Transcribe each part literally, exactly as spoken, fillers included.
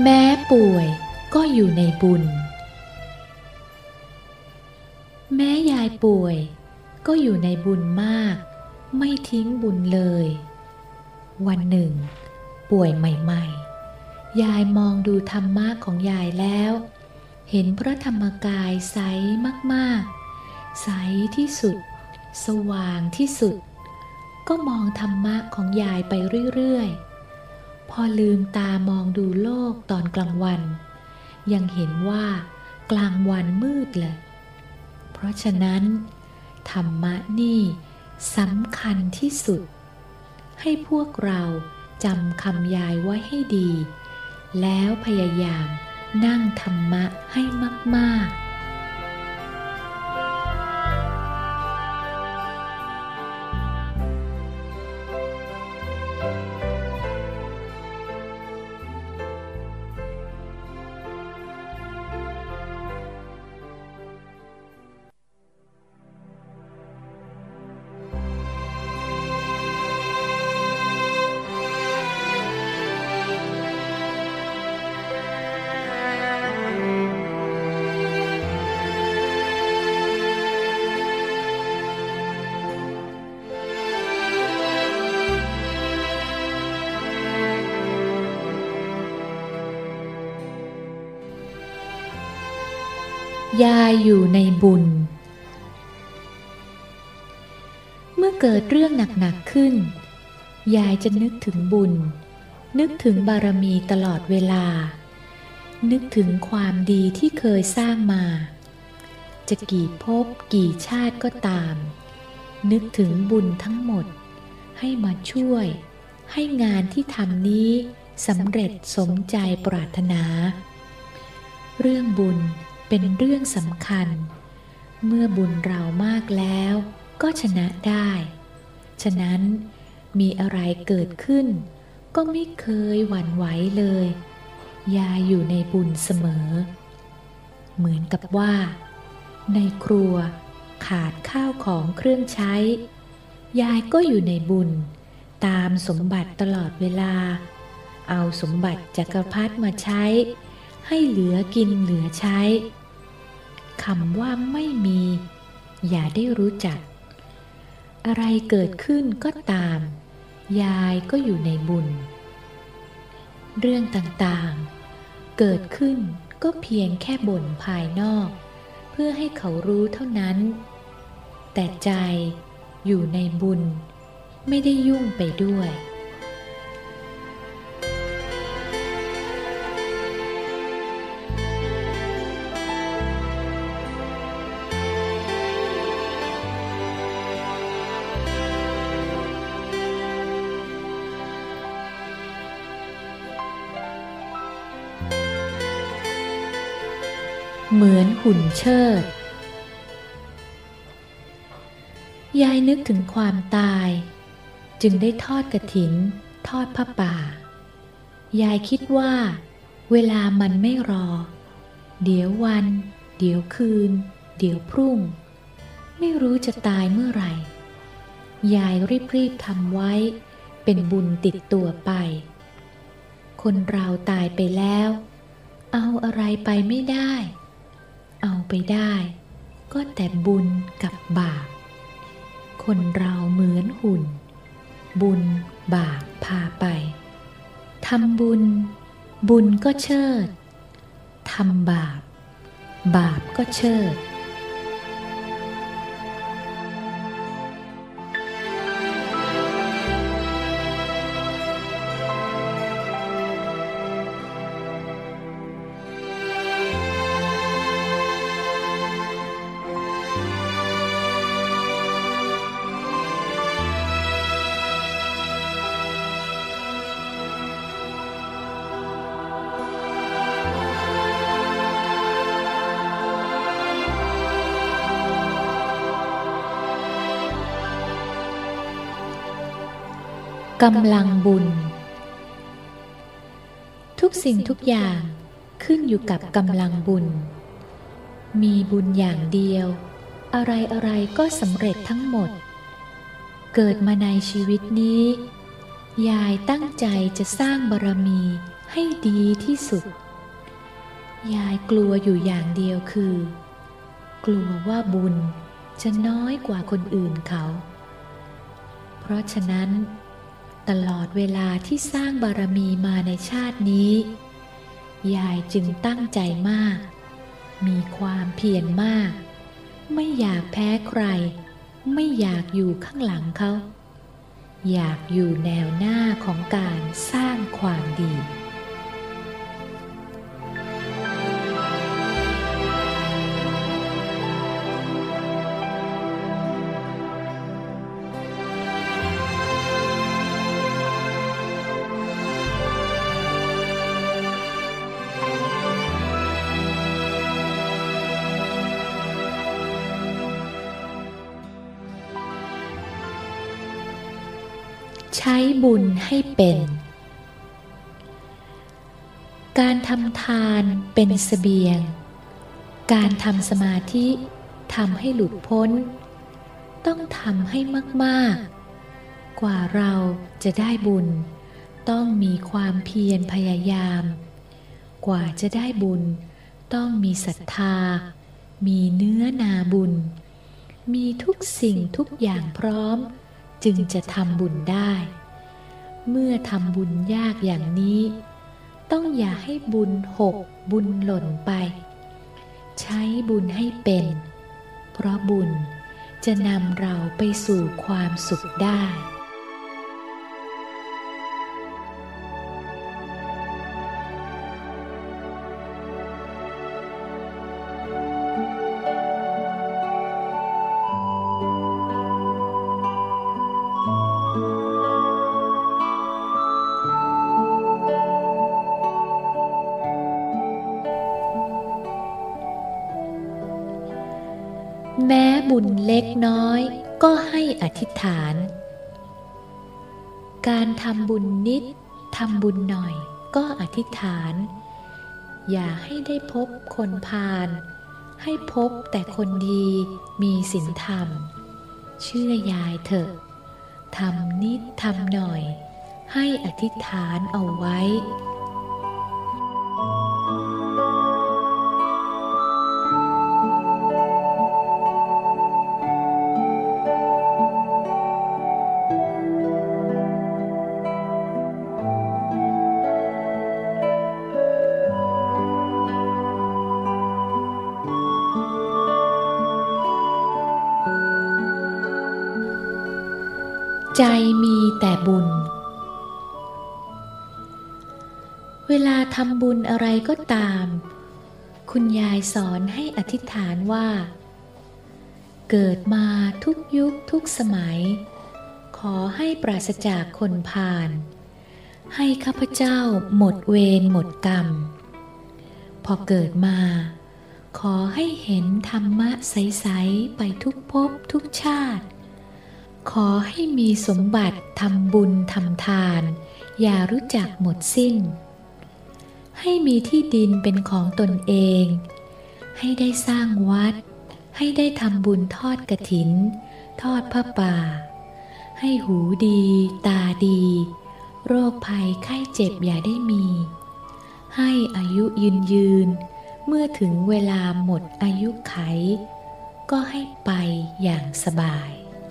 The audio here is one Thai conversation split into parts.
แม้ป่วยก็อยู่ในบุญแม้ยายป่วยก็อยู่ในบุญมากไม่ทิ้งบุญเลยวันหนึ่งป่วยใหม่ๆยายมองดูธรรมะของยายแล้วเห็นพระธรรมกายใสมากๆใสที่สุดสว่างที่สุดก็มองธรรมะของยายไปเรื่อยๆพอลืมตามองดูโลกตอนกลางวันยังเห็นว่ากลางวันมืดเลยเพราะฉะนั้นธรรมะนี่สำคัญที่สุดให้พวกเราจำคำยายไว้ให้ดีแล้วพยายามนั่งธรรมะให้มากๆยายอยู่ในบุญเมื่อเกิดเรื่องหนักๆขึ้นยายจะนึกถึงบุญนึกถึงบารมีตลอดเวลานึกถึงความดีที่เคยสร้างมาจะกี่ภพกี่ชาติก็ตามนึกถึงบุญทั้งหมดให้มาช่วยให้งานที่ทำนี้สำเร็จสมใจปรารถนาเรื่องบุญเป็นเรื่องสำคัญเมื่อบุญเรามากแล้วก็ชนะได้ฉะนั้นมีอะไรเกิดขึ้นก็ไม่เคยหวั่นไหวเลยยายอยู่ในบุญเสมอเหมือนกับว่าในครัวขาดข้าวของเครื่องใช้ยายก็อยู่ในบุญตามสมบัติตลอดเวลาเอาสมบัติจักรพรรดิมาใช้ให้เหลือกินเหลือใช้คำว่าไม่มีอย่าได้รู้จักอะไรเกิดขึ้นก็ตามยายก็อยู่ในบุญเรื่องต่างๆเกิดขึ้นก็เพียงแค่บ่นภายนอกเพื่อให้เขารู้เท่านั้นแต่ใจอยู่ในบุญไม่ได้ยุ่งไปด้วยเหมือนหุ่นเชิดยายนึกถึงความตายจึงได้ทอดกฐินทอดผ้าป่ายายคิดว่าเวลามันไม่รอเดี๋ยววันเดี๋ยวคืนเดี๋ยวพรุ่งไม่รู้จะตายเมื่อไหร่ยายรีบๆทำไว้เป็นบุญติดตัวไปคนเราตายไปแล้วเอาอะไรไปไม่ได้เอาไปได้ก็แต่บุญกับบาปคนเราเหมือนหุ่นบุญบาปพาไปทำบุญบุญก็เชิดทำบาปบาปก็เชิดกำลังบุญทุกสิ่งทุกอย่างขึ้นอยู่กับกำลังบุญมีบุญอย่างเดียวอะไรอะไรก็สำเร็จทั้งหมดเกิดมาในชีวิตนี้ยายตั้งใจจะสร้างบารมีให้ดีที่สุดยายกลัวอยู่อย่างเดียวคือกลัวว่าบุญจะน้อยกว่าคนอื่นเขาเพราะฉะนั้นตลอดเวลาที่สร้างบารมีมาในชาตินี้ยายจึงตั้งใจมากมีความเพียรมากไม่อยากแพ้ใครไม่อยากอยู่ข้างหลังเขาอยากอยู่แนวหน้าของการสร้างความดีใช้บุญให้เป็นการทำทานเป็นเสบียงการทำสมาธิทำให้หลุดพ้นต้องทำให้มากๆกว่าเราจะได้บุญต้องมีความเพียรพยายามกว่าจะได้บุญต้องมีศรัทธามีเนื้อนาบุญมีทุกสิ่งทุกอย่างพร้อมจึงจะทำบุญได้เมื่อทำบุญยากอย่างนี้ต้องอย่าให้บุญหกบุญหล่นไปใช้บุญให้เป็นเพราะบุญจะนำเราไปสู่ความสุขได้แม้บุญเล็กน้อยก็ให้อธิษฐานการทำบุญนิดทำบุญหน่อยก็อธิษฐานอย่าให้ได้พบคนพาลให้พบแต่คนดีมีศีลธรรมเชื่อยายเถอะทำนิดทำหน่อยให้อธิษฐานเอาไว้ใจมีแต่บุญเวลาทำบุญอะไรก็ตามคุณยายสอนให้อธิษฐานว่าเกิดมาทุกยุคทุกสมัยขอให้ปราศจากคนพาลให้ข้าพเจ้าหมดเวรหมดกรรมพอเกิดมาขอให้เห็นธรรมะใสๆไปทุกภพทุกชาติขอให้มีสมบัติทำบุญทำทานอย่ารู้จักหมดสิ้นให้มีที่ดินเป็นของตนเองให้ได้สร้างวัดให้ได้ทำบุญทอดกฐินทอดผ้าป่าให้หูดีตาดีโรคภัยไข้เจ็บอย่าได้มีให้อายุยืนยืนเมื่อถึงเวลาหมดอายุไขก็ให้ไปอย่างสบาย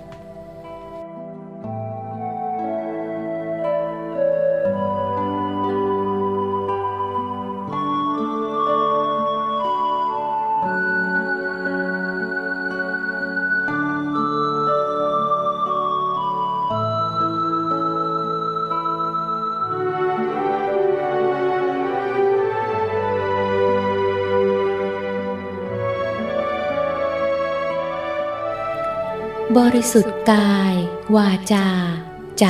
บริสุทธิ์กายวาจาใจ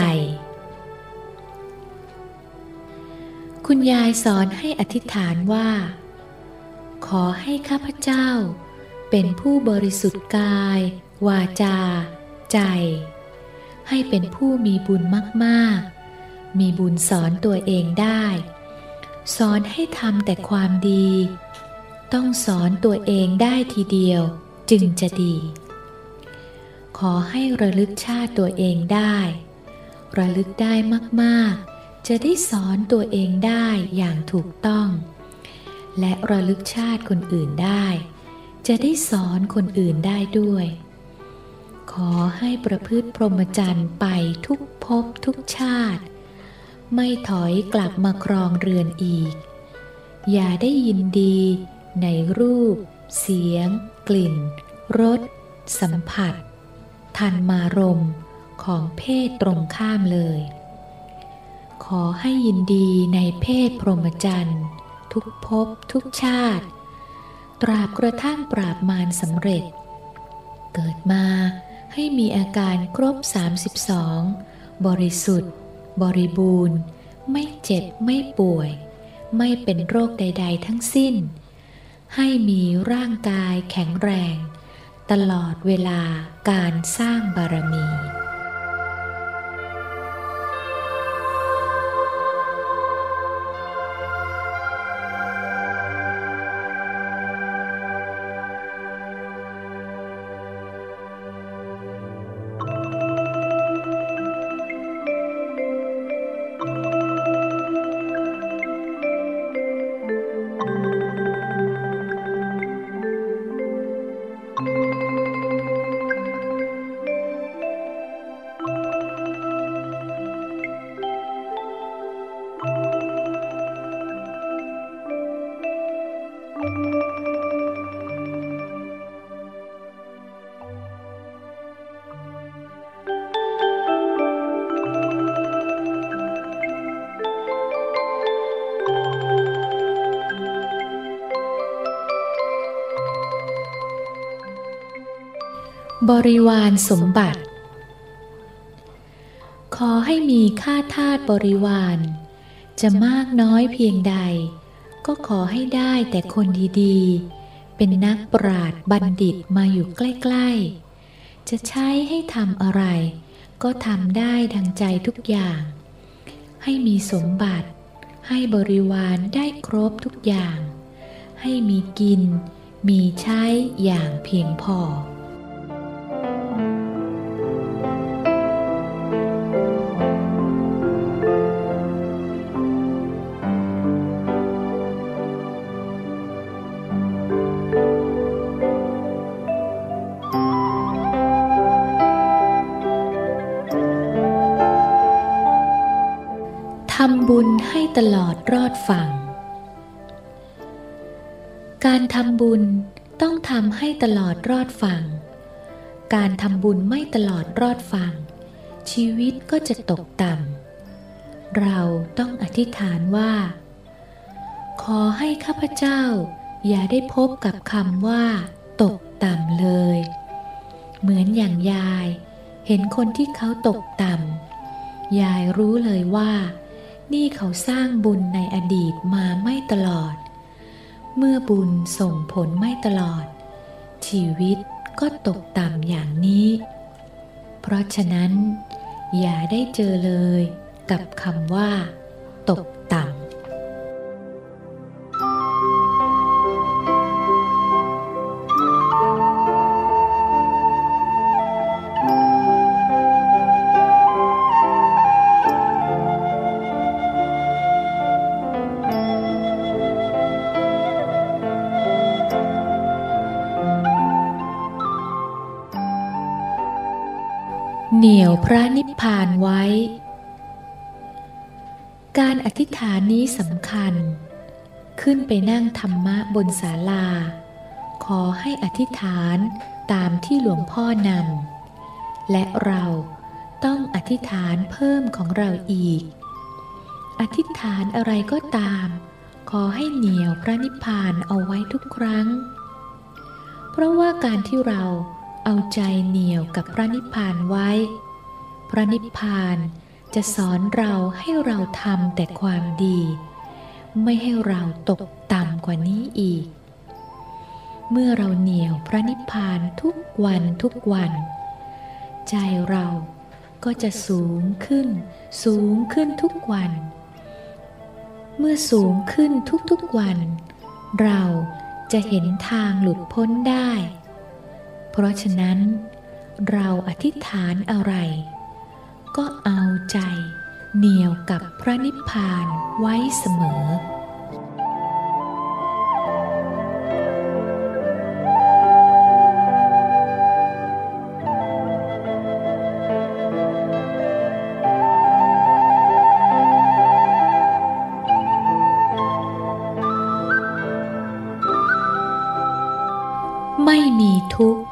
คุณยายสอนให้อธิษฐานว่าขอให้ข้าพเจ้าเป็นผู้บริสุทธิ์กายวาจาใจให้เป็นผู้มีบุญมากๆมีบุญสอนตัวเองได้สอนให้ทำแต่ความดีต้องสอนตัวเองได้ทีเดียวจึงจะดีขอให้ระลึกชาติตัวเองได้ระลึกได้มากๆจะได้สอนตัวเองได้อย่างถูกต้องและระลึกชาติคนอื่นได้จะได้สอนคนอื่นได้ด้วยขอให้ประพฤติพรหมจรรย์ไปทุกภพทุกชาติไม่ถอยกลับมาครองเรือนอีกอย่าได้ยินดีในรูปเสียงกลิ่นรสสัมผัสธรรมารมณ์ของเพศตรงข้ามเลยขอให้ยินดีในเพศพรหมจรรย์ทุกภพทุกชาติตราบกระทั่งปราบมารสำเร็จเกิดมาให้มีอาการครบสามสิบสองบริสุทธิ์บริบูรณ์ไม่เจ็บไม่ป่วยไม่เป็นโรคใดๆทั้งสิ้นให้มีร่างกายแข็งแรงตลอดเวลาการสร้างบารมีบริวารสมบัติขอให้มีข้าทาสบริวารจะมากน้อยเพียงใดก็ขอให้ได้แต่คนดีๆเป็นนักปราชญ์บัณฑิตมาอยู่ใกล้ๆจะใช้ให้ทำอะไรก็ทำได้ดังใจทุกอย่างให้มีสมบัติให้บริวารได้ครบทุกอย่างให้มีกินมีใช้อย่างเพียงพอทำบุญให้ตลอดรอดฝั่งการทำบุญต้องทำให้ตลอดรอดฝั่งการทำบุญไม่ตลอดรอดฝั่งชีวิตก็จะตกต่ำเราต้องอธิษฐานว่าขอให้ข้าพเจ้าอย่าได้พบกับคำว่าตกต่ำเลยเหมือนอย่างยายเห็นคนที่เขาตกต่ำยายรู้เลยว่านี่เขาสร้างบุญในอดีตมาไม่ตลอดเมื่อบุญส่งผลไม่ตลอดชีวิตก็ตกต่ำอย่างนี้เพราะฉะนั้นอย่าได้เจอเลยกับคำว่าตกต่ำเหนี่ยวพระนิพพานไว้การอธิษฐานนี้สำคัญขึ้นไปนั่งธรรมะบนศาลาขอให้อธิษฐานตามที่หลวงพ่อนำและเราต้องอธิษฐานเพิ่มของเราอีกอธิษฐานอะไรก็ตามขอให้เหนี่ยวพระนิพพานเอาไว้ทุกครั้งเพราะว่าการที่เราเอาใจเหนี่ยวกับพระนิพพานไว้พระนิพพานจะสอนเราให้เราทำแต่ความดีไม่ให้เราตกต่ำกว่านี้อีกเมื่อเราเหนี่ยวพระนิพพานทุกวันทุกวันใจเราก็จะสูงขึ้นสูงขึ้นทุกวันเมื่อสูงขึ้นทุกๆวันเราจะเห็นทางหลุดพ้นได้เพราะฉะนั้นเราอธิษฐานอะไรก็เอาใจเหนี่ยวกับพระนิพพานไว้เสมอไม่มีทุกข์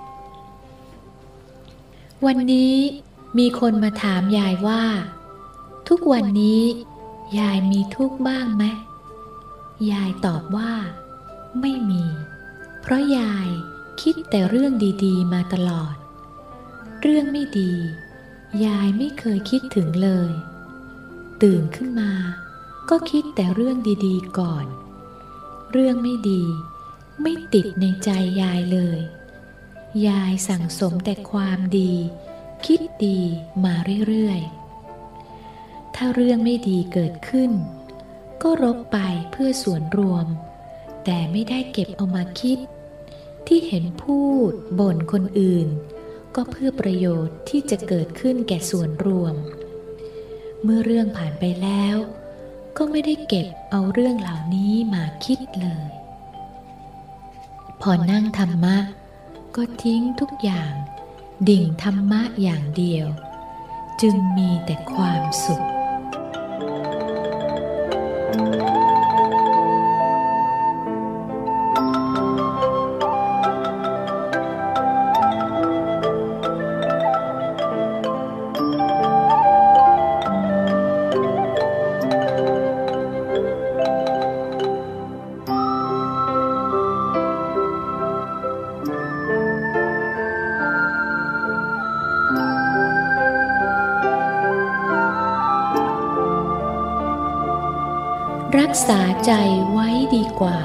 วันนี้มีคนมาถามยายว่าทุกวันนี้ยายมีทุกข์บ้างไหมยายตอบว่าไม่มีเพราะยายคิดแต่เรื่องดีๆมาตลอดเรื่องไม่ดียายไม่เคยคิดถึงเลยตื่นขึ้นมาก็คิดแต่เรื่องดีๆก่อนเรื่องไม่ดีไม่ติดในใจยายเลยยายสั่งสมแต่ความดีคิดดีมาเรื่อยๆถ้าเรื่องไม่ดีเกิดขึ้นก็รบไปเพื่อส่วนรวมแต่ไม่ได้เก็บเอามาคิดที่เห็นพูดบ่นคนอื่นก็เพื่อประโยชน์ที่จะเกิดขึ้นแก่ส่วนรวมเมื่อเรื่องผ่านไปแล้วก็ไม่ได้เก็บเอาเรื่องเหล่านี้มาคิดเลยพอนั่งธรรมะก็ทิ้งทุกอย่างดิ่งธรรมะอย่างเดียวจึงมีแต่ความสุขรักษาใจไว้ดีกว่า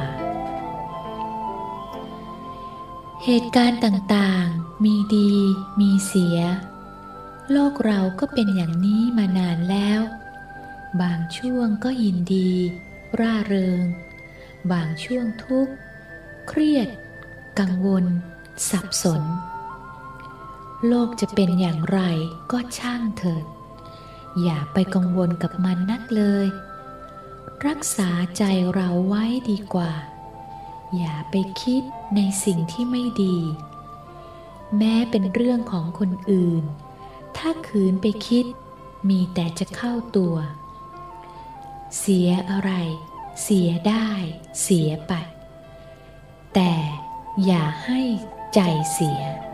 เหตุการณ์ต่างๆมีดีมีเสียโลกเราก็เป็นอย่างนี้มานานแล้วบางช่วงก็ยินดีร่าเริงบางช่วงทุกข์เครียดกังวลสับสนโลกจะเป็นอย่างไรก็ช่างเถิดอย่าไปกังวลกับมันนักเลยรักษาใจเราไว้ดีกว่าอย่าไปคิดในสิ่งที่ไม่ดีแม้เป็นเรื่องของคนอื่นถ้าขืนไปคิดมีแต่จะเข้าตัวเสียอะไรเสียได้เสียไปแต่อย่าให้ใจเสีย